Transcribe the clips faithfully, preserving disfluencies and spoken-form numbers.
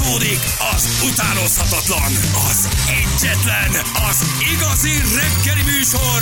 Folytatódik az utánozhatatlan, az egyetlen, az igazi reggeli műsor,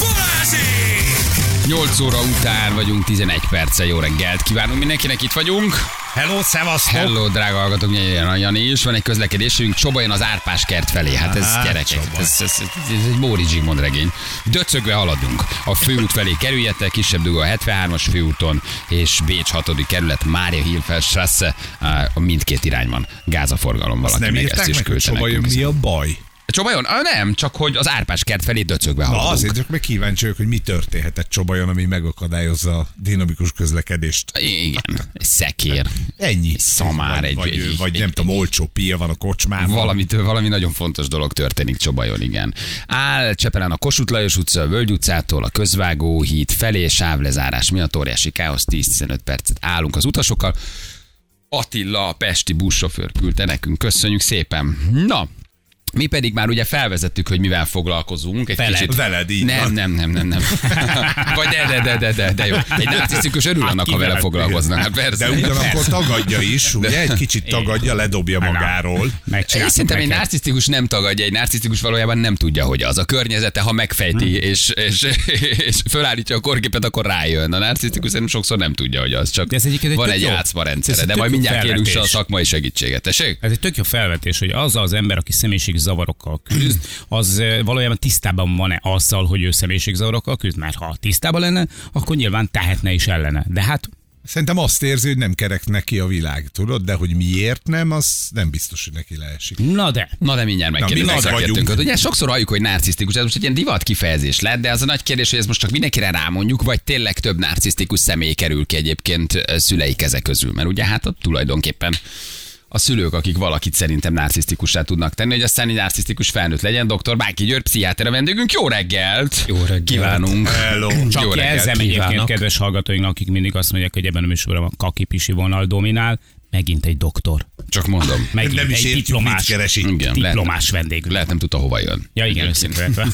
Balázsék! nyolc óra után vagyunk, tizenegy perccel. Jó reggelt kívánunk mindenkinek, itt vagyunk. Hello, szevasztok! Hello, drága hallgatók, Jani, Jani is. Van egy közlekedésünk, Csobajon az Árpás kert felé. Hát ez Á, gyerekek, Csoba. ez, ez, ez, ez egy Móri Zsigmond regény. Döcögve haladunk. A főút felé kerüljetek, kisebb dugó a hetvenhármas főúton, és Bécs hatodik kerület, Mária Hilfelstrasse, a mindkét irányban. Gáz a forgalom, valaki Nem még írták ezt is meg, hogy küldte Csobajon nekünk. mi a baj? Csobajon? Ah, nem, csak hogy az Árpás kert felé döcögve Na, haladunk. azért csak meg kíváncsi vagyok, hogy mi történhetett Csobajon, ami megakadályozza a dinamikus közlekedést. Igen, egy szekér. Ennyi. Egy szamár, vagy, egy- vagy, egy- vagy egy- nem tudom, olcsó pia van a kocsmában. Valamit, valami nagyon fontos dolog történik Csobajon, igen. Áll Csepelen a Kossuth Lajos utca, a Völgy utcától, a Közvágó híd felé, sávlezárás miatt óriási káosz, tíz-tizenöt percet állunk az utasokkal. Attila, a pesti buszsofőr küldte nekünk, köszönjük szépen. Na, mi pedig már ugye felvezettük, hogy mivel foglalkozunk. Egy Veled, kicsit... veled, így nem, van. nem, nem, nem, nem. Vagy de, de, de, de, de, de jó. Egy narcisztikus örül annak, ha vele foglalkoznak. Hát persze. De ugyanakkor tagadja is, ugye? Egy kicsit tagadja, ledobja magáról. Én szerintem egy narcisztikus nem tagadja, egy narcisztikus valójában nem tudja, hogy az a környezete, ha megfejti, hmm. és, és, és fölállítja a korképet, akkor rájön. A narcisztikus szerintem sokszor nem tudja, hogy az csak ez egy van tök egy jó. játszma Ez rendszere, egy de tök majd jó mindjárt kérünk felvetés. a szakmai segítséget. Tessék? Ez egy tök jó felvetés, hogy az az ember, aki személyiségzavarokkal küzd, az eh, valójában tisztában van-e azzal, hogy ő személyiségzavarokkal küzd? Mert ha tisztában lenne, akkor nyilván tehetne is ellene. De hát Szerintem azt érzi, hogy nem kerek neki a világ, tudod? De hogy miért nem, az nem biztos, hogy neki leesik. na de. Na de mindjárt megkérdezünk mi a meg szakértőnket. vagyunk. Ugye sokszor halljuk, hogy narcisztikus, ez most egy ilyen divat kifejezés lett, de az a nagy kérdés, hogy ez most csak mindenkire rámondjuk, vagy tényleg több narcisztikus személy kerül ki egyébként szülei keze közül. Mert ugye hát ott tulajdonképpen a szülők, akik valakit szerintem narcisztikussá tudnak tenni, hogy aztán egy narcisztikus felnőtt legyen. doktor Báki György, pszichiáter a vendégünk. Jó reggelt! Jó reggelt! Kívánunk! Hello. Jó Csak reggelt jelzem egyébként kívánok. kedves hallgatóinknak, akik mindig azt mondják, hogy ebben a műsorban a kakipisi vonal dominál, megint egy doktor. Csak mondom. Megint Nem is egy értjük, diplomás, mit keresi. Igen, diplomás vendégünk. Lehet nem tudta, hova jön. Ja igen, összekövetve.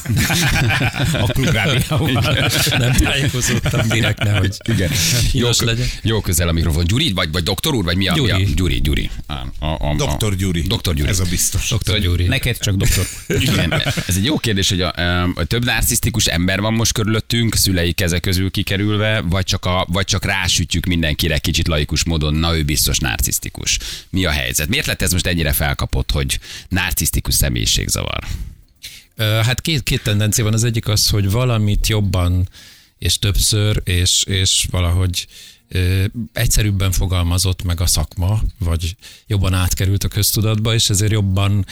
A klubrádióval. Nem tájékozottam direkt, nehogy Igen. Jó, híres kö- legyen. jó közel a mikrofon. Gyuri, vagy, vagy doktor úr, vagy mi a? Gyuri. Mi a? Gyuri, Gyuri. A, a, a, Doktor Gyuri. Doktor Gyuri. Ez a biztos. Doktor Gyuri. Neked csak doktor. Igen, ez egy jó kérdés, hogy a, a több narcisztikus ember van most körülöttünk, szülei keze közül kikerülve, vagy csak, a, vagy csak rásütjük mindenkire kicsit laikus módon, na ő biztos narcisztikus. Mi a helyzet? Miért lett ez most ennyire felkapott, hogy narcisztikus személyiségzavar? Ö, Hát két, két tendencia van. Az egyik az, hogy valamit jobban és többször, és, és valahogy ö, egyszerűbben fogalmazott meg a szakma, vagy jobban átkerült a köztudatba, és ezért jobban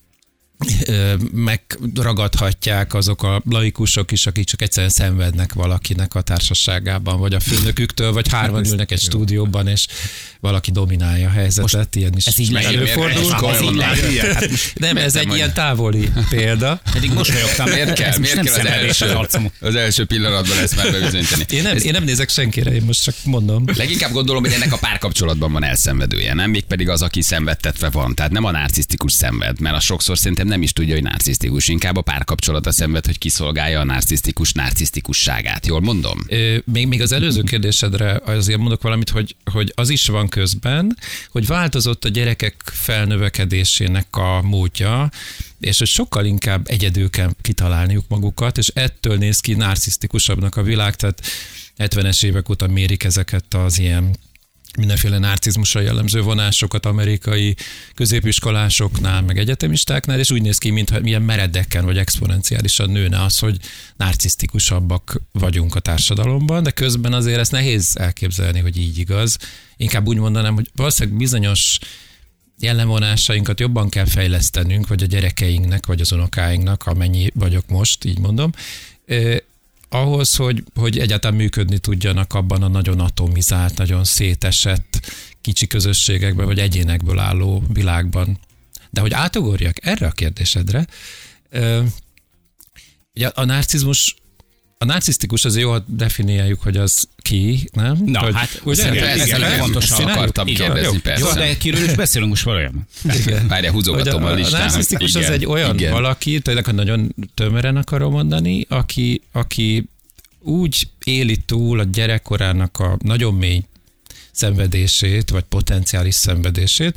ö, megragadhatják azok a laikusok is, akik csak egyszerűen szenvednek valakinek a társaságában, vagy a főnöküktől, vagy hárman ülnek egy stúdióban, és valaki dominálja a helyzetet. Ilyen is ez így Miért- miért- előfordul. miért- Ez így miért- lehet. Hát most Nem, ez értem, egy hogy- ilyen távoli példa. Pedig mosolyogtam. Miért kell, Ez most miért nem kell az, szenvedés az első, arcomon. az első pillanatban ezt már bebizonyítani? Én nem, én nem nézek senkire, én most csak mondom. Leginkább gondolom, hogy ennek a párkapcsolatban van elszenvedője, nem? Mégpedig az, aki szenvedtetve van. Tehát nem a narcisztikus szenved, mert a sokszor szerintem nem is tudja, hogy narcisztikus. Inkább a párkapcsolata szenved, hogy kiszolgálja a narcisztikus narcisztikusságát. Jól mondom? Ö, Még, még az előző kérdésedre azért mondok valamit, hogy, hogy az is van közben, hogy változott a gyerekek felnövekedésének a módja, és hogy sokkal inkább egyedül kell kitalálniuk magukat, és ettől néz ki narcisztikusabbnak a világ, tehát hetvenes évek óta mérik ezeket az ilyen mindenféle narcizmusra jellemző vonásokat amerikai középiskolásoknál, meg egyetemistáknál, és úgy néz ki, mintha milyen meredeken vagy exponenciálisan nőne az, hogy narcisztikusabbak vagyunk a társadalomban, de közben azért ezt nehéz elképzelni, hogy így igaz. Inkább úgy mondanám, hogy valószínűleg bizonyos jellemvonásainkat jobban kell fejlesztenünk, vagy a gyerekeinknek, vagy az unokáinknak, amennyi vagyok most, így mondom, eh, ahhoz, hogy, hogy egyáltalán működni tudjanak abban a nagyon atomizált, nagyon szétesett kicsi közösségekben, vagy egyénekből álló világban. De hogy átugorjak erre a kérdésedre, eh, ugye a narcizmus, a narcisztikus azért jól definiáljuk, hogy az ki, nem? Na, hogy, hát ugye? szerintem ez Igen, a igen, legfontosabb. ezt akartam Igen, kérdezni, jó. persze. Jó, de kiről is beszélünk most valójában? Várjál, húzogatom a Hogy listán. A narcisztikus az Igen, egy olyan igen. valaki, tényleg nagyon tömören akarom mondani, aki, aki úgy éli túl a gyerekkorának a nagyon mély szenvedését, vagy potenciális szenvedését,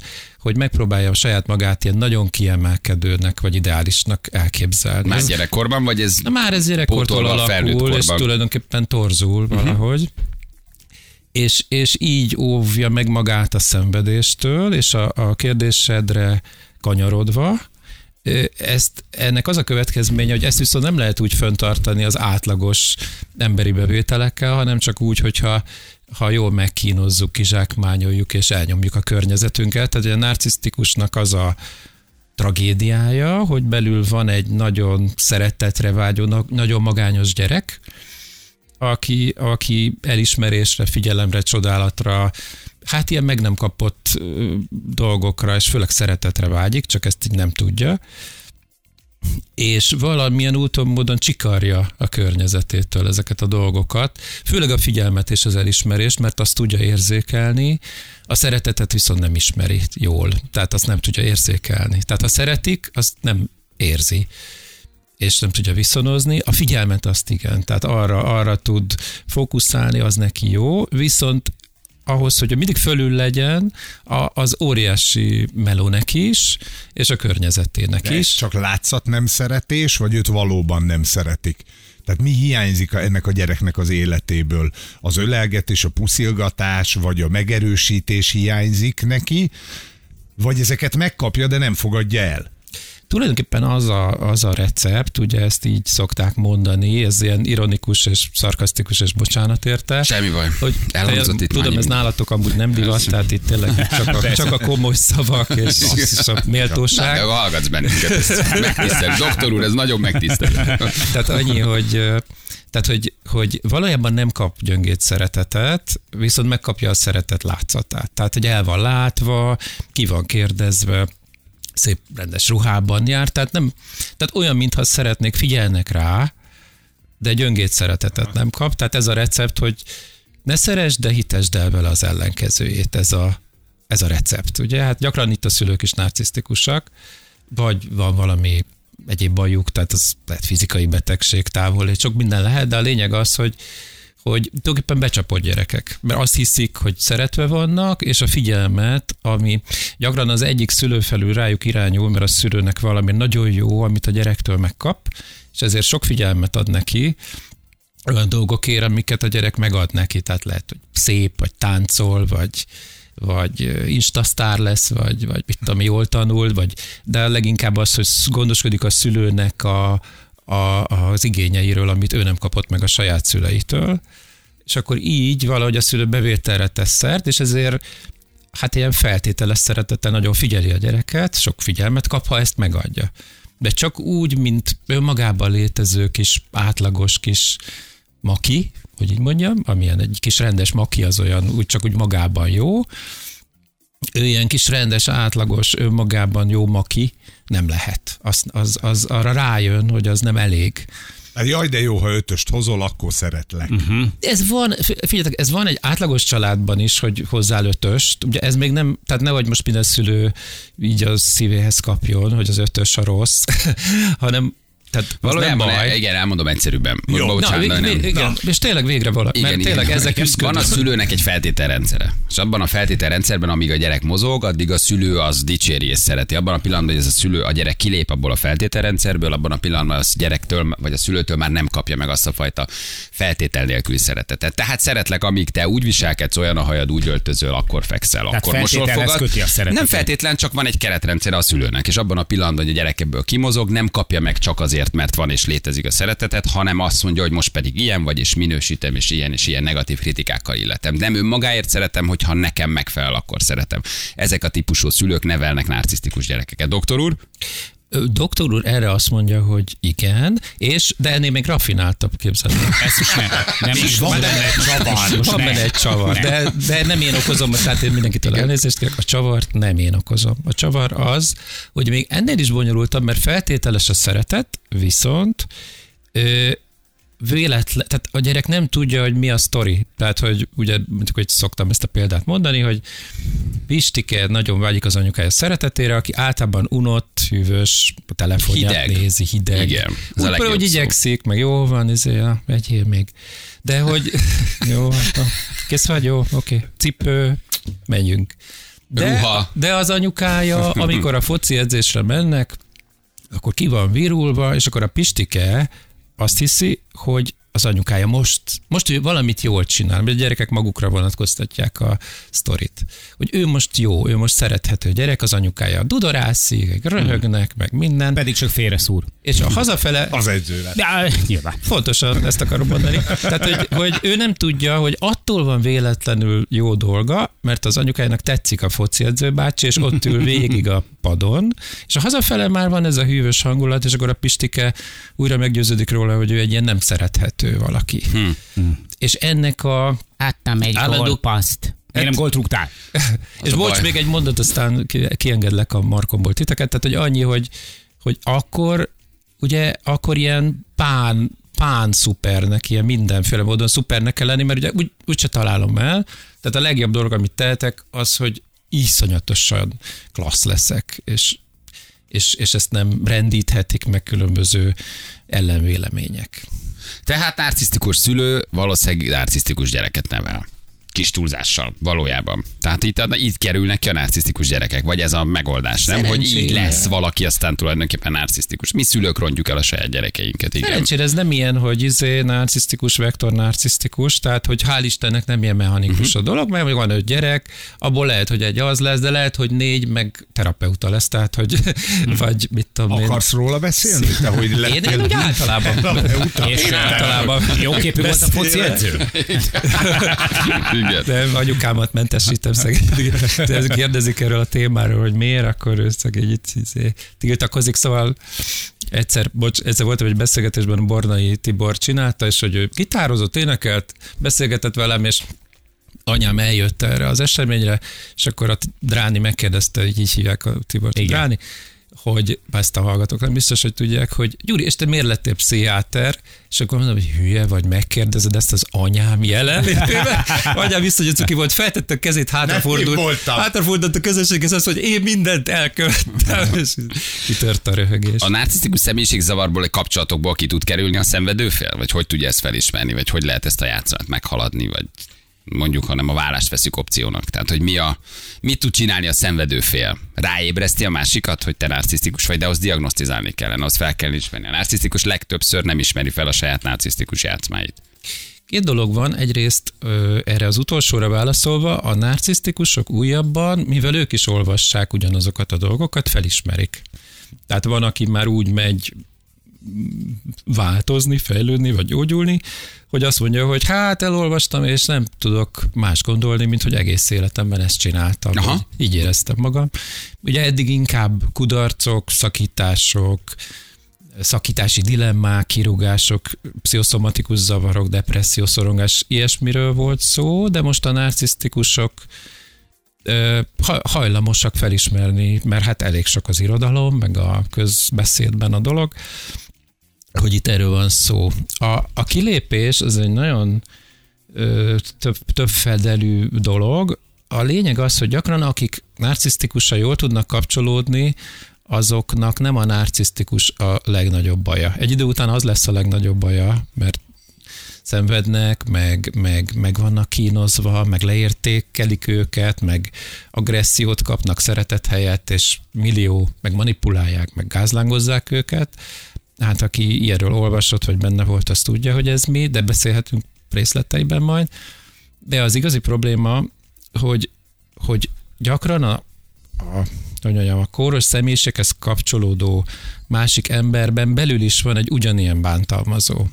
hogy megpróbálja a saját magát ilyen nagyon kiemelkedőnek vagy ideálisnak elképzelni. Már Ez- gyerekkorban, vagy ez Na már ez gyerekkortól pótolva a felnőtt alakul, és korban? tulajdonképpen torzul valahogy. És, és így óvja meg magát a szenvedéstől, és a, a kérdésedre kanyarodva, ö, ezt, ennek az a következménye, hogy ezt viszont nem lehet úgy föntartani az átlagos emberi bevételekkel, hanem csak úgy, hogyha ha jól megkínozzuk, kizsákmányoljuk és elnyomjuk a környezetünket. Tehát a narcisztikusnak az a tragédiája, hogy belül van egy nagyon szeretetre vágyó, na- nagyon magányos gyerek, aki, aki elismerésre, figyelemre, csodálatra, hát ilyen meg nem kapott ö, dolgokra, és főleg szeretetre vágyik, csak ezt így nem tudja. És valamilyen úton, módon csikarja a környezetétől ezeket a dolgokat, főleg a figyelmet és az elismerést, mert azt tudja érzékelni, a szeretetet viszont nem ismeri jól, tehát azt nem tudja érzékelni. Tehát ha szeretik, azt nem érzi, és nem tudja viszonozni, a figyelmet azt igen, tehát arra, arra tud fókuszálni, az neki jó, viszont ahhoz, hogy mindig fölül legyen, a, az óriási melónek is, és a környezetének De ez is. csak látszat nem szeretés, vagy őt valóban nem szeretik? Tehát mi hiányzik ennek a gyereknek az életéből? Az ölelgetés, a puszilgatás, vagy a megerősítés hiányzik neki, vagy ezeket megkapja, de nem fogadja el? Tulajdonképpen az a, az a recept, ugye ezt így szokták mondani, ez ilyen ironikus és szarkasztikus és bocsánat érte. Semmi baj. Hogy, Elhangzott itt tudom, már ez nálatok amúgy nem divat, tehát itt tényleg csak a, csak a komoly szavak és, és a méltóság. De hallgatsz bennünket, ezt megtisztel. Doktor úr, ez nagyon megtisztelő. Tehát annyi, hogy, tehát, hogy, hogy valójában nem kap gyöngét szeretetet, viszont megkapja a szeretet látszatát. Tehát, hogy el van látva, ki van kérdezve, szép rendes ruhában jár, tehát, nem, tehát olyan, mintha szeretnék, figyelnek rá, de gyöngét szeretetet nem kap. Tehát ez a recept, hogy ne szeresd, de hitesd el vele az ellenkezőjét, ez a, ez a recept. Ugye? Hát gyakran itt a szülők is narcisztikusak, vagy van valami egyéb bajuk, tehát az lehet fizikai betegség, távol, sok minden lehet, de a lényeg az, hogy hogy tulajdonképpen becsapott gyerekek, mert azt hiszik, hogy szeretve vannak, és a figyelmet, ami gyakran az egyik szülő felül rájuk irányul, mert a szülőnek valami nagyon jó, amit a gyerektől megkap, és ezért sok figyelmet ad neki, olyan dolgokért, amiket a gyerek megad neki, tehát lehet, hogy szép, vagy táncol, vagy, vagy instasztár lesz, vagy, vagy mit tudom, jól tanul, vagy, de leginkább az, hogy gondoskodik a szülőnek a A, az igényeiről, amit ő nem kapott meg a saját szüleitől, és akkor így valahogy a szülő bevételre tesz szert, és ezért hát ilyen feltételes szeretettel nagyon figyeli a gyereket, sok figyelmet kap, ha ezt megadja. De csak úgy, mint önmagában létező kis átlagos kis maki, hogy így mondjam, amilyen egy kis rendes maki az olyan, úgy csak úgy magában jó, ő ilyen kis rendes, átlagos, önmagában jó maki nem lehet. Az, az, az arra rájön, hogy az nem elég. Hát jaj, de jó, ha ötöst hozol, akkor szeretlek. Uh-huh. Ez van, figyeljetek, ez van egy átlagos családban is, hogy hozzá ötöst. Ugye ez még nem, tehát nehogy most minden szülő így a szívéhez kapjon, hogy az ötös a rossz, hanem tehát Valójában, nem baj. igen, elmondom egyszerűbben. Jó. Bocsánat, Na, nem. vég, igen, és tényleg végre valaki, Igen, mert tényleg igen. ezek küzdködnek. Van a szülőnek egy feltételrendszere. És abban a feltételrendszerben, amíg a gyerek mozog, addig a szülő az dicséri és szereti. Abban a pillanatban, hogy ez a szülő, a gyerek kilép abból a feltételrendszerből, abban a pillanatban a gyerektől vagy a szülőtől már nem kapja meg azt a fajta feltétel nélküli szeretetet. Tehát szeretlek, amíg te úgy viselkedsz, olyan a hajad, úgy öltözöl, akkor fekszel, Tehát akkor mosol feltételhez fogad. köti a szeretetet. Nem feltétlen, csak van egy keretrendszer a szülőnek, és abban a pillanatban, hogy a gyerek ebből kimozog, nem kapja meg csak azért, mert van és létezik a szeretetet, hanem azt mondja, hogy most pedig ilyen vagy, és minősítem, és ilyen és ilyen negatív kritikákkal illetem. Nem önmagáért szeretem, hogyha nekem megfelel, akkor szeretem. Ezek a típusú szülők nevelnek narcisztikus gyerekeket. Doktor úr? Doktor úr erre azt mondja, hogy igen, és de ennél még rafináltabb, képzelni. Ez is nem. Nem is van benne egy csavar. Most Van ne. benne egy csavar, de, de nem én okozom, tehát én mindenkitől elnézést kérek, a csavart nem én okozom. A csavar az, hogy még ennél is bonyolultabb, mert feltételes a szeretet, viszont ö, véletlen, tehát a gyerek nem tudja, hogy mi a sztori. Tehát, hogy ugye, mondjuk, hogy szoktam ezt a példát mondani, hogy Pistike nagyon vágyik az anyukája szeretetére, aki általában unott, hűvös, a telefonját Hideg. nézi, hideg. Igen, ez a Úgy, legjobb hogy szó. igyekszik, meg jó van, izé, ja, vegyél még. De hogy jó, hát, kész vagy, jó, oké, cipő, menjünk. De, Ruha. de az anyukája, amikor a foci edzésre mennek, akkor ki van virulva, és akkor a Pistike azt hiszi, hogy az anyukája most, most ő valamit jól csinál, mert a gyerekek magukra vonatkoztatják a sztorit. Hogy ő most jó, ő most szerethető gyerek, az anyukája dudorászik, röhögnek, meg minden. Pedig csak félre szúr. És a hazafele... Az edző lett. Ja, nyilván. Fontosan ezt akarom mondani. Tehát, hogy, hogy ő nem tudja, hogy attól van véletlenül jó dolga, mert az anyukájának tetszik a foci edzőbácsi, és ott ül végig a padon, és a hazafele már van ez a hűvös hangulat, és akkor a Pistike újra meggyőződik róla, hogy ő egy ilyen nem szerethető valaki. Hmm. És ennek a... Adtam egy Állandó- gólpaszt. Miért nem gólt rúgtál? És a bocs, baj. még egy mondat, aztán ki- kiengedlek a markomból titeket, tehát hogy annyi, hogy, hogy akkor, ugye, akkor ilyen pán, pán szupernek, ilyen mindenféle módon szupernek kell lenni, mert ugye úgy, úgyse találom el. Tehát a legjobb dolog, amit tehetek, az, hogy iszonyatosan klassz leszek, és, és, és ezt nem rendíthetik meg különböző ellenvélemények. Tehát narcisztikus szülő valószínűleg narcisztikus gyereket nevel. Kis túlzással, valójában. Tehát itt, itt kerülnek ki a narcisztikus gyerekek, vagy ez a megoldás, nem? Hogy így Szerencsére. lesz valaki aztán tulajdonképpen narcisztikus. Mi szülők rontjuk el a saját gyerekeinket, igen. Szerencsére ez nem ilyen, hogy izé narcisztikus, vektor narcisztikus, tehát hogy hál' Istennek nem ilyen mechanikus uh-huh. a dolog, mert van öt gyerek, abból lehet, hogy egy az lesz, de lehet, hogy négy, meg terapeuta lesz, tehát hogy vagy mit tudom én. Akarsz róla beszélni? Te, hogy Én lettél nem úgy általában. És általában. Jó képű volt a foci edző? Igen. De anyukámat mentesítem szegény. De ez kérdezik erről a témáról, hogy miért, akkor ő szegény itt izé, tiltakozik, szóval egyszer, bocs, egyszer voltam egy beszélgetésben, Bornai Tibor csinálta, és hogy ő gitározott, énekelt, beszélgetett velem, és anyám eljött erre az eseményre, és akkor a Dráni megkérdezte, így, így hívják a Tibort, Igen. Dráni, hogy ezt a hallgatók nem biztos, hogy tudják, hogy Gyuri, és te miért lettél pszichiáter? És akkor mondom, hogy hülye vagy, megkérdezed ezt az anyám jelenlétében? Anyám vissza, hogy cuki volt, feltette a kezét, hátrafordult, Nem, én voltam. hátrafordult a közönség, és azt mondja, hogy én mindent elkövettem, és kitört a röhögés. A narcisztikus személyiségzavarból, egy kapcsolatokból ki tud kerülni a szenvedőfél? Vagy hogy tudja ezt felismerni? Vagy hogy lehet ezt a játszanát meghaladni? Vagy mondjuk, hanem a vállást veszük opciónak. Tehát, hogy mi a, mit tud csinálni a szenvedőfél? Ráébreszti a másikat, hogy te narcisztikus vagy, de azt diagnosztizálni kellene, azt fel kell ismerni. A narcisztikus legtöbbször nem ismeri fel a saját narcisztikus játszmáit. Két dolog van, egyrészt ö, erre az utolsóra válaszolva, a narcisztikusok újabban, mivel ők is olvassák ugyanazokat a dolgokat, felismerik. Tehát van, aki már úgy megy változni, fejlődni, vagy gyógyulni, hogy azt mondja, hogy hát elolvastam, és nem tudok más gondolni, mint hogy egész életemben ezt csináltam. Aha. Így éreztem magam. Ugye eddig inkább kudarcok, szakítások, szakítási dilemmák, kirúgások, pszichoszomatikus zavarok, depresszió, szorongás, ilyesmiről volt szó, de most a narcisztikusok ö, ha- hajlamosak felismerni, mert hát elég sok az irodalom, meg a közbeszédben a dolog, hogy itt erről van szó. A, a kilépés az egy nagyon ö, több, többfedelű dolog. A lényeg az, hogy gyakran akik narcisztikusan jól tudnak kapcsolódni, azoknak nem a narcisztikus a legnagyobb baja. Egy idő után az lesz a legnagyobb baja, mert szenvednek, meg, meg, meg vannak kínozva, meg leértékelik őket, meg agressziót kapnak szeretet helyett, és millió, meg manipulálják, meg gázlángozzák őket. Hát aki ilyenről olvasott, vagy benne volt, az tudja, hogy ez mi, de beszélhetünk részleteiben majd. De az igazi probléma, hogy, hogy gyakran a, a, hogy mondjam, a kóros személyiséghez kapcsolódó másik emberben belül is van egy ugyanilyen bántalmazó,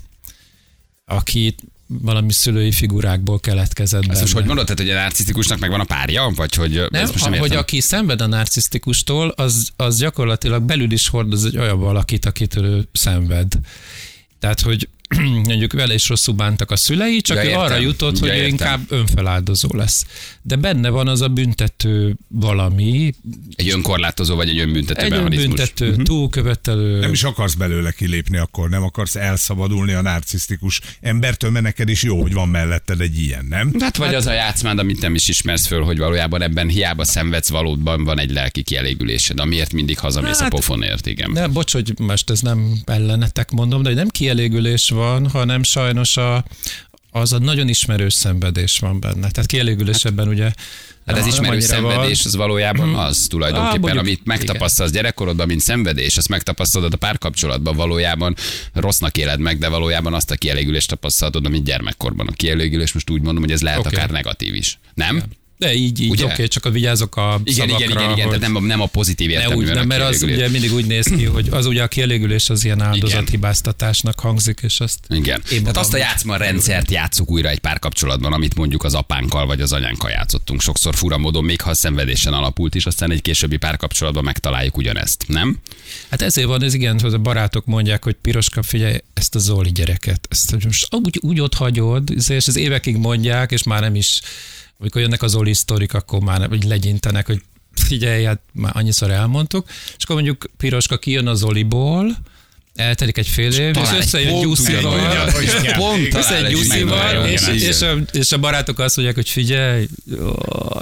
aki valami szülői figurákból keletkezett Ezt benne. most hogy mondod, tehát, hogy a narcisztikusnak megvan a párja? Vagy hogy Nem, ezt most nem hogy értem. aki szenved a narcisztikustól, az, az gyakorlatilag belül is hordoz egy olyan valakit, akitől ő szenved. Tehát, hogy mondjuk vele is rosszul bántak a szülei, csak Ja, ő értem. arra jutott, Ja, hogy ő értem. inkább önfeláldozó lesz. De benne van az a büntető valami, Egy önkorlátozó vagy egy önbüntető egy mechanizmus. önbüntető, uh-huh. túlkövetelő. Nem is akarsz belőle kilépni akkor, nem akarsz elszabadulni a narcisztikus embertől, mert neked is jó, hogy van melletted egy ilyen, nem? Hát vagy az a játszmád, amit nem is ismersz föl, hogy valójában ebben hiába szenvedsz, valóban van egy lelki kielégülésed, amiért mindig hazamész Hát, a pofonért, igen. Ne, bocs, hogy most ez nem ellenetek mondom, de hogy nem kielégülés van, hanem sajnos a, az a nagyon ismerős szenvedés van benne. Tehát kielégülésebben ugye Hát ez ismerős szenvedés, az valójában Hmm. az tulajdonképpen, Á, mondjuk, amit megtapasztalsz gyerekkorodban, mint szenvedés, azt megtapasztalod a párkapcsolatban, valójában rossznak éled meg, de valójában azt a kielégülést tapasztalod, amit gyermekkorban. A kielégülés most úgy mondom, hogy ez lehet Oké. akár negatív is. Nem? De így, így Ugye? oké, okay, csak a vigyázok a Igen, szavakra, igen, igen, igen, hogy tehát nem, a- nem a pozitív ne értelműen úgy, a nem, mert az kielégülés. ugye mindig úgy néz ki, hogy az ugye a kielégülés az ilyen áldozathibáztatásnak hangzik, és azt Igen. Én Tehát azt a magam- játszma rendszert játsszuk újra egy párkapcsolatban, amit mondjuk az apánkkal vagy az anyánkkal játszottunk. Sokszor fura módon, még ha a szenvedésen alapult is, aztán egy későbbi párkapcsolatban megtaláljuk ugyanezt, nem? Hát ezért van, ez igen, hogy a barátok mondják, hogy Piroska, figyelj, ezt a Zoli gyereket, ezt hogy most úgy, úgy ott hagyod, és ez évekig mondják, és már nem is, amikor jönnek az Zoli sztorik, akkor már hogy legyintenek, hogy figyelj, hát már annyiszor elmondtuk, és akkor mondjuk Piroska kijön az Zoliból, eltelik egy fél év, és talán egy összejön pont Gyuszival, ugyanolyan, és és pont talán összejön egy Gyuszival, megvan, és, igen. és, a, és a barátok azt mondják, hogy figyelj, ó,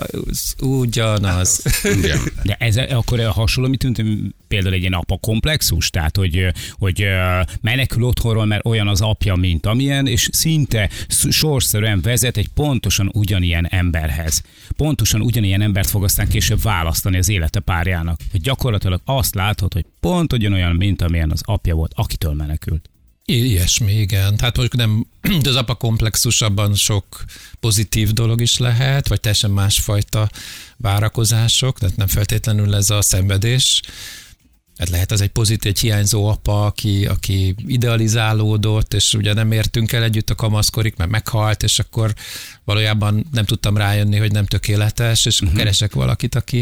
ez ugyanaz. Igen. De ez akkor hasonló, mit tűnt, például egy ilyen apa komplexus, tehát hogy, hogy menekül otthonról, mert olyan az apja, mint amilyen, és szinte sorszerűen vezet egy pontosan ugyanilyen emberhez. Pontosan ugyanilyen embert fog aztán később választani az élete párjának. Hogy gyakorlatilag azt látod, hogy pont ugyanolyan, mint amilyen az apja volt, akitől menekült. I- Ilyesmi, igen. Tehát mondjuk nem, de az apa komplexusabban sok pozitív dolog is lehet, vagy teljesen másfajta várakozások, tehát nem feltétlenül ez a szenvedés. Hát lehet az egy pozitív, egy hiányzó apa, aki, aki idealizálódott, és ugye nem értünk el együtt a kamaszkorig, mert meghalt, és akkor valójában nem tudtam rájönni, hogy nem tökéletes, és akkor uh-huh. keresek valakit, aki,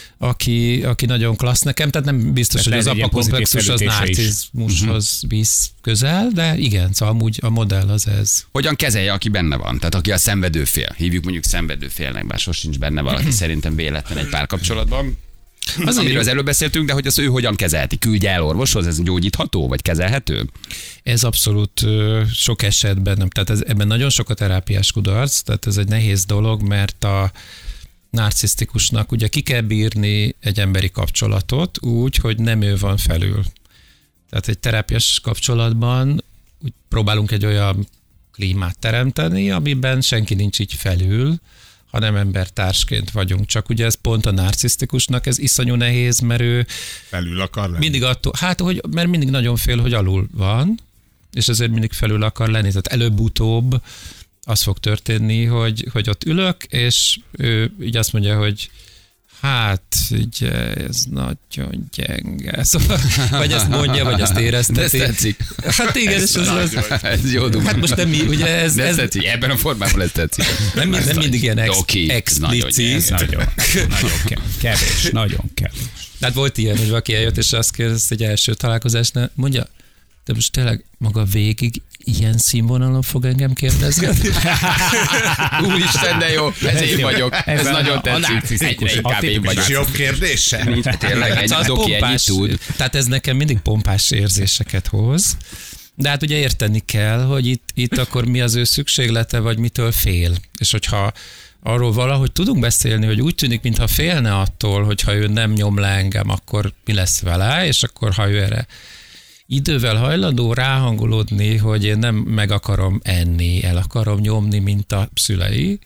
aki, aki nagyon klassz nekem. Tehát nem biztos, Tehát hogy az lehet egy apa ilyen pozitív komplexus az felütése is. narcizmushoz uh-huh. visz közel, de igen, szóval amúgy a modell az ez. Hogyan kezelje, aki benne van? Tehát aki a szenvedőfél. Hívjuk mondjuk szenvedőfélnek, bár sosincs benne valaki szerintem véletlen egy párkapcsolatban. Az, amiről az előbb beszéltünk, de hogy az ő hogyan kezelheti? Küldje el orvoshoz, ez gyógyítható, vagy kezelhető? Ez abszolút ö, sok esetben nem. Tehát ez, ebben nagyon sok a terápiás kudarc, tehát ez egy nehéz dolog, mert a narcisztikusnak ugye ki kell bírni egy emberi kapcsolatot úgy, hogy nem ő van felül. Tehát egy terápiás kapcsolatban úgy próbálunk egy olyan klímát teremteni, amiben senki nincs így felül, hanem embertársként vagyunk. Csak ugye ez pont a narcisztikusnak, ez iszonyú nehéz, mert ő Felül akar lenni. mindig attól, hát hogy, mert mindig nagyon fél, hogy alul van, és ezért mindig felül akar lenni. Tehát előbb-utóbb az fog történni, hogy, hogy ott ülök, és ő így azt mondja, hogy hát, ugye, ez nagyon gyenge. Szóval, vagy ezt mondja, vagy azt érezteti. De ez tetszik. Hát igen, Ez és ez, ez, nagyon- ez jó duma. hát most nem mi, ugye ez, De ez ez tetszik, ebben a formában ez tetszik. nem, Ez nem nagy- mindig ilyen ex, Oké, ez nagyon explicit. gyenge. Ez nagyon, nagyon ke- kevés, nagyon kevés. Tehát volt ilyen, hogy valaki eljött, és azt kérdezte egy első találkozásnál, mondja, de most tényleg maga végig ilyen színvonalon fog engem kérdezgetni? Úristen, de jó, ez én vagyok. Ez, Ez a- nagyon a tetszik. narcisztikus, Egyre a inkább én tipikus vagyok. És jobb kérdése? Nincs, tényleg, egy Szóval az doki ennyit pompás- tud. Tehát ez nekem mindig pompás érzéseket hoz. De hát ugye érteni kell, hogy itt, itt akkor mi az ő szükséglete, vagy mitől fél. És hogyha arról valahogy tudunk beszélni, hogy úgy tűnik, mintha félne attól, hogyha ő nem nyom le engem, akkor mi lesz vele, és akkor ha ő erre idővel hajlandó ráhangolódni, hogy én nem meg akarom enni, el akarom nyomni, mint a szülei,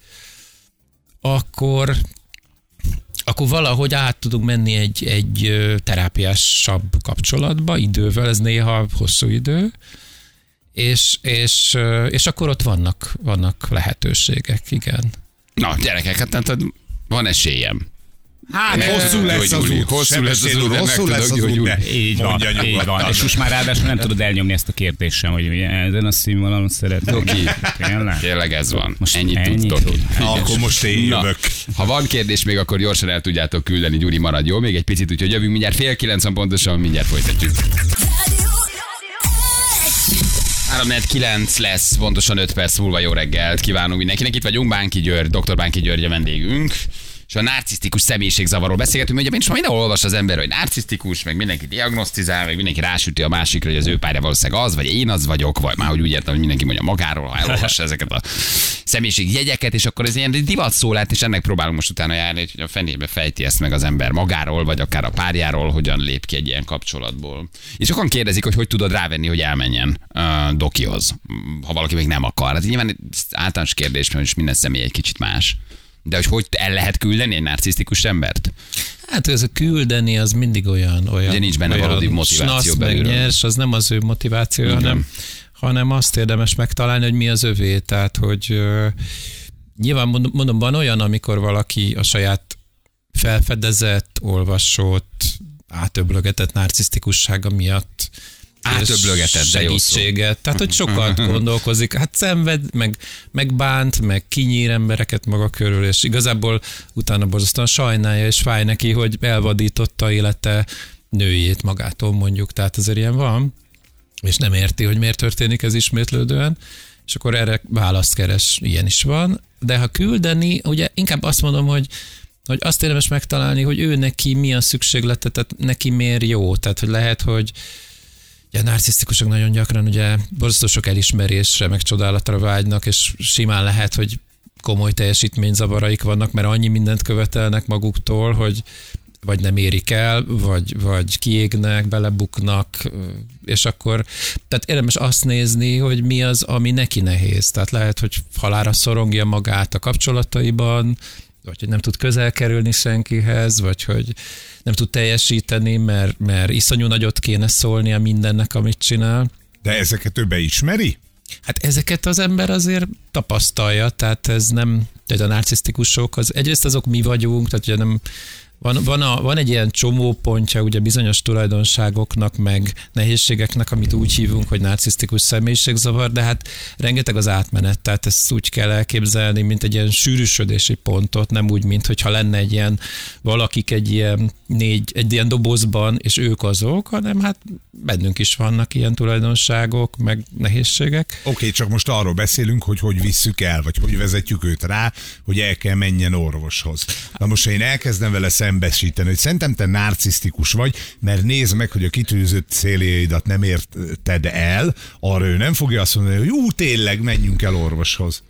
akkor, akkor valahogy át tudunk menni egy, egy ö, terápiásabb kapcsolatba idővel, ez néha hosszú idő, és, és, ö, és akkor ott vannak, vannak lehetőségek, igen. Na, gyerekek, hát, hát van esélyem. Hát hosszú lesz az út. Hosszú lesz az út, de meg Hosszú lesz tudok az út, gyógyulni. de Így van, mondja így van. nyugodtan. És most már ráadásul nem tudod elnyomni ezt a kérdést sem, hogy ugye ezen a színvonalon szeretnék. Doki. Tényleg? Tényleg ez van. Most Ennyit ennyit tudtok. tud. Na, akkor most én Na, jövök. ha van kérdés még, akkor gyorsan el tudjátok küldeni. Gyuri, marad jó, még egy picit, úgyhogy jövünk mindjárt fél kilencven pontosan, mindjárt folytatjuk. három kilenc lesz, pontosan öt perc múlva jó reggelt kívánunk mindenkinek. Itt vagyunk, Bánki György, doktor Bánki György a vendégünk. és a narcisztikus személyiségzavarról beszélgetünk, hogy most már mindenhol olvas az ember, hogy narcisztikus, meg mindenki diagnosztizál, meg mindenki rásüti a másikra, hogy az ő párja valószínűleg az, vagy én az vagyok, vagy már hogy úgy értem, hogy mindenki mondja magáról, ha elolvassa ezeket a személyiségjegyeket, és akkor ez ilyen divat szó lett, és ennek próbálunk most utána járni, hogy a fenébe fejti ezt meg az ember magáról, vagy akár a párjáról, hogyan lép ki egy ilyen kapcsolatból. És akkor kérdezik, hogy hogy tudod rávenni, hogy elmenjen uh, dokihoz, ha valaki még nem akar. Hát nyilván általános kérdés, mert minden személy egy kicsit más. De hogy hogy el lehet küldeni egy narcisztikus embert? Hát ez a küldeni az mindig olyan, olyan. Ugye nincs benne valódi motiváció belülről. Meg nyers, az nem az ő motiváció, hanem, hanem azt érdemes megtalálni, hogy mi az övé. Tehát, hogy uh, nyilván mondom, mondom, van olyan, amikor valaki a saját felfedezett, olvasott, átöblögetett narcisztikussága miatt átöblögetett, de jó szó. Tehát, hogy sokat gondolkozik, hát szenved, meg, meg bánt, meg kinyír embereket maga körül, és igazából utána borzasztóan sajnálja, és fáj neki, hogy elvadította élete nőjét magától mondjuk, tehát azért ilyen van, és nem érti, hogy miért történik ez ismétlődően, és akkor erre választ keres, ilyen is van, de ha küldeni, ugye inkább azt mondom, hogy hogy azt érdemes megtalálni, hogy ő neki mi a szükséglete, tehát neki miért jó, tehát hogy lehet, hogy ugye, narcisztikusok nagyon gyakran ugye borzasztó sok elismerésre, meg csodálatra vágynak, és simán lehet, hogy komoly teljesítményzavaraik vannak, mert annyi mindent követelnek maguktól, hogy vagy nem érik el, vagy, vagy kiégnek, belebuknak, és akkor, tehát érdemes azt nézni, hogy mi az, ami neki nehéz. Tehát lehet, hogy halálra szorongja magát a kapcsolataiban, vagy hogy nem tud közel kerülni senkihez, vagy hogy nem tud teljesíteni, mert, mert iszonyú nagyot kéne szólnia mindennek, amit csinál. De ezeket ő beismeri? Hát ezeket az ember azért tapasztalja, tehát ez nem, tehát a narcisztikusok, az, egyrészt azok mi vagyunk, tehát ugye nem, van, van, a, van egy ilyen csomópontja ugye bizonyos tulajdonságoknak, meg nehézségeknek, amit úgy hívunk, hogy narcisztikus személyiségzavar, de hát rengeteg az átmenet, tehát ezt úgy kell elképzelni, mint egy ilyen sűrűsödési pontot, nem úgy, mint hogyha lenne egy ilyen valakik egy ilyen négy, egy ilyen dobozban, és ők azok, hanem hát bennünk is vannak ilyen tulajdonságok, meg nehézségek. Oké, okay, csak most arról beszélünk, hogy hogy visszük el, vagy hogy vezetjük őt rá, hogy el kell menjen orvoshoz. Na most, ha én elkezdem vele szembesíteni, hogy szerintem te narcisztikus vagy, mert nézd meg, hogy a kitűzött céljaidat nem érted el, arra ő nem fogja azt mondani, hogy ú, tényleg, menjünk el orvoshoz.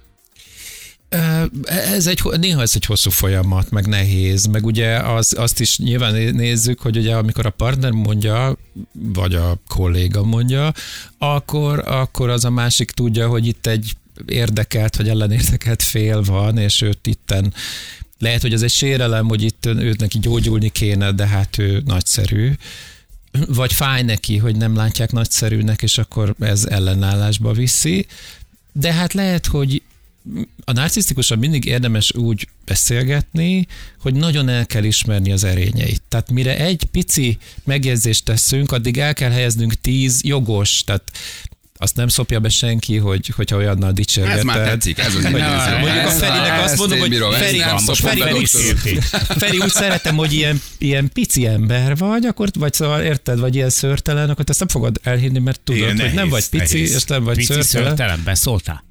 Ez egy, néha ez egy hosszú folyamat, meg nehéz, meg ugye az, azt is nyilván nézzük, hogy ugye amikor a partner mondja, vagy a kolléga mondja, akkor, akkor az a másik tudja, hogy itt egy érdekelt, vagy ellenérdekelt fél van, és őt itten lehet, hogy ez egy sérelem, hogy itt őt neki gyógyulni kéne, de hát ő nagyszerű. Vagy fáj neki, hogy nem látják nagyszerűnek, és akkor ez ellenállásba viszi. De hát lehet, hogy a narcisztikusan mindig érdemes úgy beszélgetni, hogy nagyon el kell ismerni az erényeit. Tehát mire egy pici megjegyzést teszünk, addig el kell helyeznünk tíz jogos, tehát azt nem szopja be senki, hogy, hogyha olyannal dicsérgeted. Ez már tetszik, ez az Mondjuk a Ferinek azt mondom, hogy Feri, most Feri, Feri, Feri, úgy szeretem, hogy ilyen, ilyen pici ember vagy, akkor, vagy szóval érted, vagy ilyen szőrtelen, akkor te ezt nem fogod elhinni, mert tudod, igen, hogy nehéz, nem vagy pici, nehéz. És nem vagy pici szőrtelen. szőrtelen, beszóltál?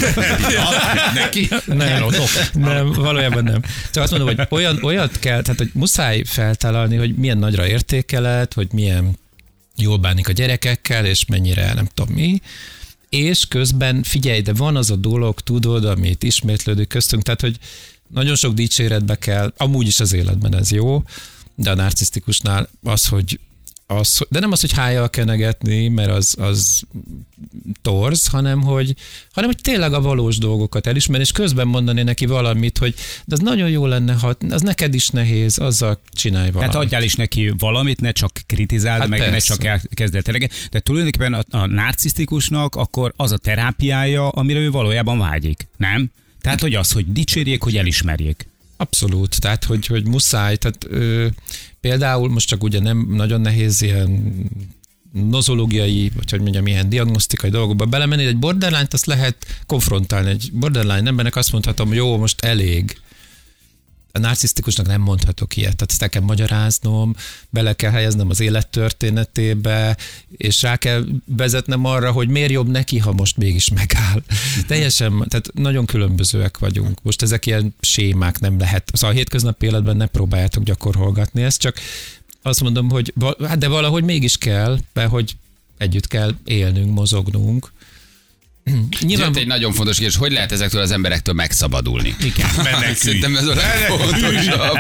Neki? Nem, nem, valójában nem. Csak azt mondom, hogy olyan, olyat kell, tehát hogy muszáj feltalálni, hogy milyen nagyra értékeled, hogy milyen jól bánik a gyerekekkel, és mennyire nem tudom mi, és közben figyelj, de van az a dolog, tudod, amit ismétlődik köztünk, tehát, hogy nagyon sok dicséretbe kell, amúgy is az életben ez jó, de a narcisztikusnál az, hogy az, de nem az, hogy hájjal kenegetni, mert az, az torz, hanem hogy, hanem hogy tényleg a valós dolgokat elismerni, és közben mondani neki valamit, hogy de az nagyon jó lenne, ha az neked is nehéz, azzal csinálj valamit. Hát adjál is neki valamit, ne csak kritizáld, hát meg persze. Ne csak elkezd el teregen. De tulajdonképpen a, a narcisztikusnak akkor az a terápiája, amire ő valójában vágyik, nem? Tehát, hogy az, hogy dicsérjék, hogy elismerjék. Abszolút, tehát hogy, hogy muszáj, tehát ö, például most csak ugye nem nagyon nehéz ilyen nozológiai, vagy hogy mondjam, ilyen diagnosztikai dolgokba belemenni, egy borderline-t azt lehet konfrontálni, egy borderline embernek azt mondhatom, jó, most elég, A narcisztikusnak nem mondhatok ilyet, tehát ezt el kell magyaráznom, bele kell helyeznem az élettörténetébe, és rá kell vezetnem arra, hogy miért jobb neki, ha most mégis megáll. Teljesen, tehát nagyon különbözőek vagyunk. Most ezek ilyen sémák nem lehet. Szóval a hétköznapi életben ne próbáljátok gyakorolgatni ezt, csak azt mondom, hogy hát de valahogy mégis kell, mert hogy együtt kell élnünk, mozognunk. Nyilván egy nagyon fontos kérdés, hogy lehet ezektől az emberektől megszabadulni? Igen, Szerintem ez a legfontosabb.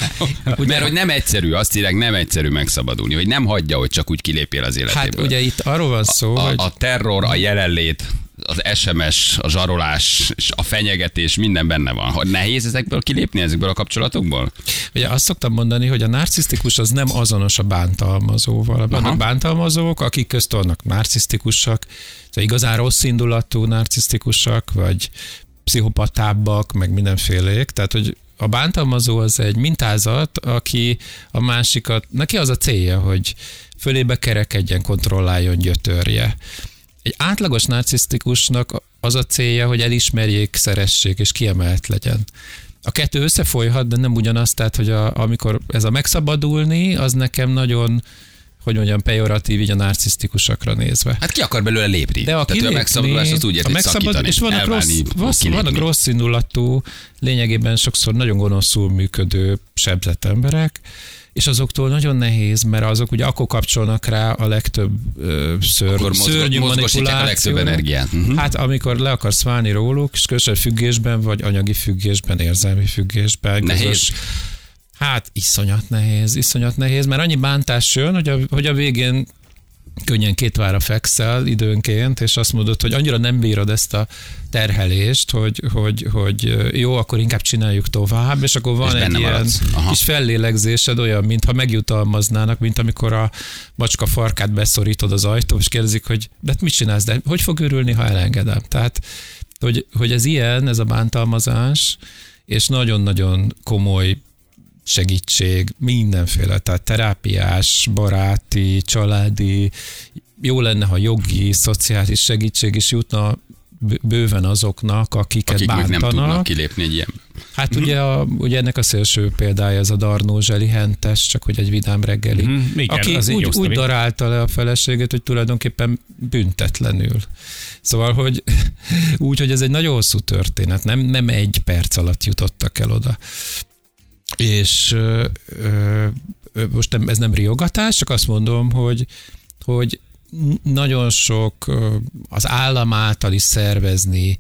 Mert hogy nem egyszerű, azt írják, nem egyszerű megszabadulni, hogy nem hagyja, hogy csak úgy kilépjél az életéből. Hát ugye itt arról van szó, a, hogy... a terror, a jelenlét, az es em es, a zsarolás, és a fenyegetés, minden benne van. Hogy nehéz ezekből kilépni, ezekből a kapcsolatokból? Ugye azt szoktam mondani, hogy a narcisztikus az nem azonos a bántalmazóval. Vannak bántalmazók, akik közt vannak narcisztikusak, szóval igazán rossz indulatú narcisztikusak, vagy pszichopatábbak, meg mindenfélék. Tehát, hogy a bántalmazó az egy mintázat, aki a másikat, neki az a célja, hogy fölébe kerekedjen, kontrolláljon, gyötörje. Egy átlagos narcisztikusnak az a célja, hogy elismerjék, szeressék és kiemelt legyen. A kettő összefolyhat, de nem ugyanaz, tehát hogy a, amikor ez a megszabadulni, az nekem nagyon, hogy mondjam, pejoratív így a narcisztikusakra nézve. Hát ki akar belőle lépni? De a, Tehát a megszabadulás az úgy érti, hogy szakítani, és vannak elválni, rossz, vannak rossz indulatú, lényegében sokszor nagyon gonoszul működő, sebzett emberek, és azoktól nagyon nehéz, mert azok ugye akkor kapcsolnak rá a legtöbb ö, ször, akkor szörnyű manipulációra. a legtöbb energiát. Uh-huh. Hát amikor le akarsz válni róluk, és közös függésben, vagy anyagi függésben, érzelmi függésben. Nehéz. Közös, hát iszonyat nehéz, iszonyat nehéz, mert annyi bántás jön, hogy a, hogy a végén könnyen két vára fekszel időnként, és azt mondod, hogy annyira nem bírod ezt a terhelést, hogy, hogy, hogy jó, akkor inkább csináljuk tovább, és akkor van és egy ilyen kis fellélegzésed, olyan, mintha megjutalmaznának, mint amikor a macska farkát beszorítod az ajtó, és kérdezik, hogy de mit csinálsz, de hogy fog örülni, ha elengedem? Tehát, hogy, hogy ez ilyen, ez a bántalmazás, és nagyon-nagyon komoly segítség, mindenféle, tehát terápiás, baráti, családi, jó lenne, ha jogi, szociális segítség is jutna bőven azoknak, akiket akik bántanak. nem tudnak kilépni egy ilyen. Hát ugye, a, ugye ennek a szélső példája ez a Darnó Zseli Hentes, csak hogy egy vidám reggeli, Mm, igen, aki úgy, úgy darálta le a feleségét, hogy tulajdonképpen büntetlenül. Szóval, hogy úgy, hogy ez egy nagyon hosszú történet, nem, nem egy perc alatt jutottak el oda. És ö, ö, most nem, ez nem riogatás, csak azt mondom, hogy, hogy nagyon sok az állam által is szervezni,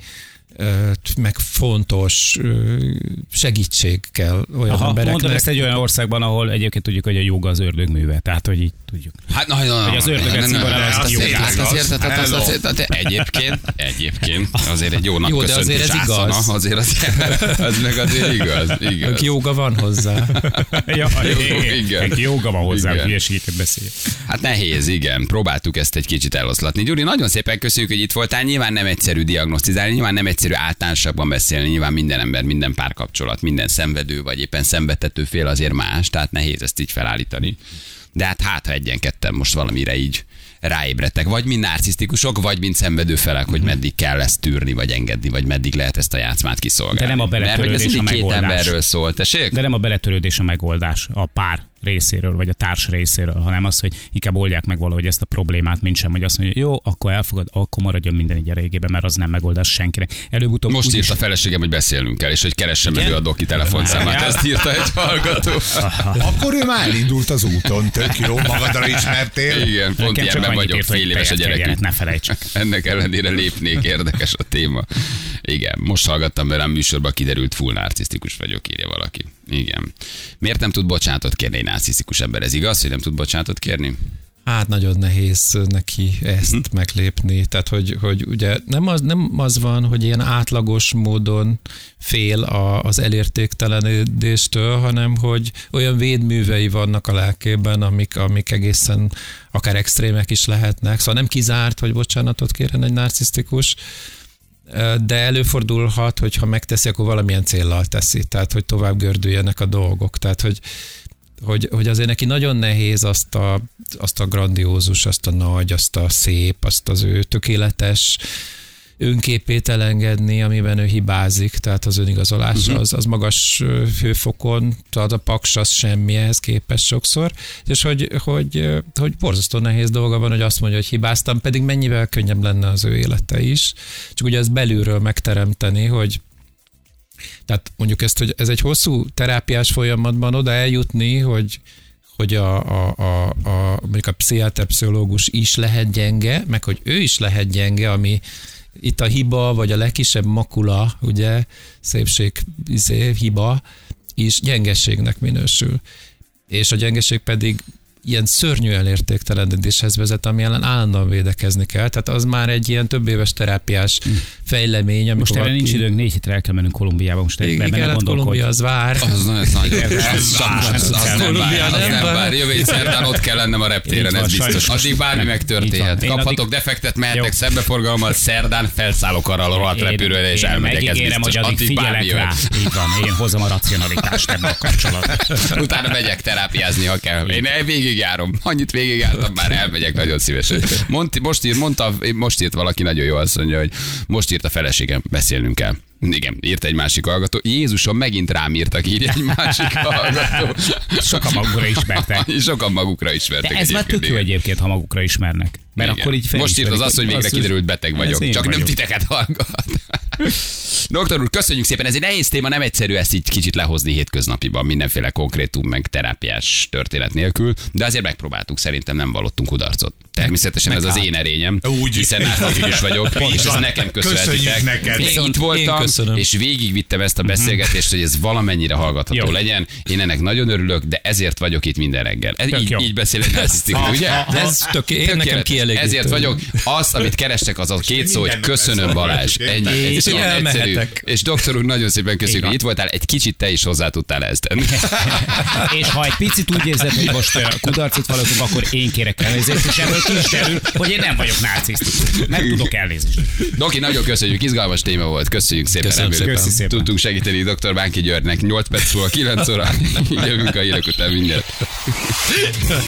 meg fontos segítség kell olyan Aha, embereknek. Mondod ezt egy olyan országban, ahol egyébként tudjuk, hogy a joga az ördög műve, tehát hogy így tudjuk. Hát na, na, na, hogy az ördöget szimbolálja az jogász. Egyébként, egyébként azért egy jónak jó, de köszöntő sászana, azért azért az meg azért igaz. igaz. Jóga van hozzá. ja, igen. Jóga van hozzá, hogy hülyeségeket beszélj. Hát nehéz, igen. Próbáltuk ezt egy kicsit eloszlatni. Gyuri, nagyon szépen köszönjük, hogy itt voltál. Nyilván nem egyszerű diagnosztizálni, nyilván nem egyszerű általánosabban beszélni, nyilván minden ember, minden párkapcsolat, minden szenvedő, vagy éppen szenvedtető fél azért más, tehát nehéz ezt így felállítani. De hát hát, ha egyen-ketten most valamire így ráébredtek, vagy mint narcisztikusok, vagy mint szenvedő felek, hogy meddig kell ezt tűrni, vagy engedni, vagy meddig lehet ezt a játszmát kiszolgálni. De nem a beletörődés a megoldás. Két emberről szól, tessék? De nem a beletörődés a megoldás a pár részéről, vagy a társ részéről, hanem az, hogy inkább oldják meg valahogy ezt a problémát, mint sem, hogy azt mondja, jó, akkor elfogad, akkor maradjon minden így a régében, mert az nem megoldás senkinek. Előbb-utóbb most írt is... a feleségem, hogy beszélnünk kell, és hogy keressem elő a doki telefonszámát. Ezt írta egy hallgató. Akkor ő már elindult az úton, tök jó, magadra ismertél. Igen, pont Nekem ilyenben vagyok, írt, fél éves a gyerekünk. Ne felejtsük. Ennek ellenére lépnék, érdekes a téma. Igen, most hallgattam velem műsorban, kiderült, full narcisztikus vagyok, írja valaki. Igen. Miért nem tud bocsánatot kérni egy narcisztikus ember? Ez igaz, hogy nem tud bocsánatot kérni? Hát nagyon nehéz neki ezt hm. meglépni. Tehát, hogy, hogy ugye nem az, nem az van, hogy ilyen átlagos módon fél a, az elértéktelenedéstől, hanem hogy olyan védművei vannak a lelkében, amik, amik egészen akár extrémek is lehetnek. Szóval nem kizárt, hogy bocsánatot kérjen egy narcisztikus, de előfordulhat, hogy ha megteszi, akkor valamilyen céllal teszi, tehát hogy tovább gördüljenek a dolgok. Tehát, hogy, hogy, hogy azért neki nagyon nehéz azt a, azt a grandiózus, azt a nagy, azt a szép, azt az ő tökéletes önképét elengedni, amiben ő hibázik, tehát az önigazolása uh-huh. az, az magas hőfokon, tehát a paks az semmi ehhez képest sokszor, és hogy, hogy, hogy borzasztó nehéz dolga van, hogy azt mondja, hogy hibáztam, pedig mennyivel könnyebb lenne az ő élete is. Csak ugye ezt belülről megteremteni, hogy tehát mondjuk ezt, hogy ez egy hosszú terápiás folyamatban oda eljutni, hogy hogy a, a, a, a, mondjuk a pszichiáter, pszichológus is lehet gyenge, meg hogy ő is lehet gyenge, ami itt a hiba, vagy a legkisebb makula, ugye, szépség, izé, hiba, is gyengességnek minősül. És a gyengeség pedig ilyen szörnyű elértéktelenedéshez vezet, ami ellen állandóan védekezni kell. Tehát az már egy ilyen több éves terápiás fejlemény. Amikor most erre nincs időnk, négy hétre el kell mennünk Kolumbiába. Most igen, benne hát Kolumbia az vár. Az nagyon nagy. Az nem vár. Az nem vár. Jövő hét szerdán ott kell lennem a reptéren, ez biztos. Addig bármi megtörténhet. Kaphatok defektet, mehetek szembeforgalommal, szerdán felszállok arra a rohadt repülőre, és elmegyek, ez biztos. Addig bármi jöhet. Így van, én hozom a racionalitást ebbe a kapcsolatban. Utána megyek terápiázni, ha kell. Én végigjárom. Annyit végigjártam, már elmegyek nagyon szívesen. Mond, most, írt, mondta, most írt valaki nagyon jó, azt mondja, hogy most írt a feleségem, beszélnünk kell. Igen, írt egy másik hallgató. Jézusom, megint rám írtak, írja egy másik hallgató. Sokan magukra ismertek. Sokan magukra ismertek. De ez már tök jó egyébként, ha magukra ismernek. Mert igen. Akkor így most írt az azt, hogy végre kiderült, beteg vagyok. Csak vagyok. Nem titeket hallgat. Doktor úr, köszönjük szépen, ez egy nehéz téma, nem egyszerű ezt így kicsit lehozni hétköznapiban, mindenféle konkrétum, meg terápiás történet nélkül, de azért megpróbáltuk, szerintem nem vallottunk kudarcot. Természetesen ez az én erényem, úgy, hiszen átlatos vagyok, és ez nekem köszönhetitek. Én itt voltam, és végigvittem ezt a beszélgetést, hogy ez valamennyire hallgatható jó. legyen. Én ennek nagyon örülök, de ezért vagyok itt minden reggel. Ez így, így beszél egy narcisztikus, ugye? Ez tök, én nekem kielégítő. Ezért vagyok. Azt, amit kerestek, az a két szó, hogy köszönöm, Balázs. Ennyi. És hogy elmehetek. És doktor úr, nagyon szépen köszönjük, hogy itt voltál, egy kicsit te is hozzá tudtál ezt tenni. És ha egy picit úgy érzed, hogy most kudarcot vallottunk, akkor én kérek elnézést, és ebből ki is derül, hogy én nem vagyok narcisztikus. Meg tudok elnézést. Doki, nagyon köszönjük, izgalmas téma volt, köszönjük szépen. Köszönöm szépen. szépen. Tudtunk segíteni doktor Bánki Györgynek nyolc perc múlva, kilenc óra, jövünk a hírek után mindjárt.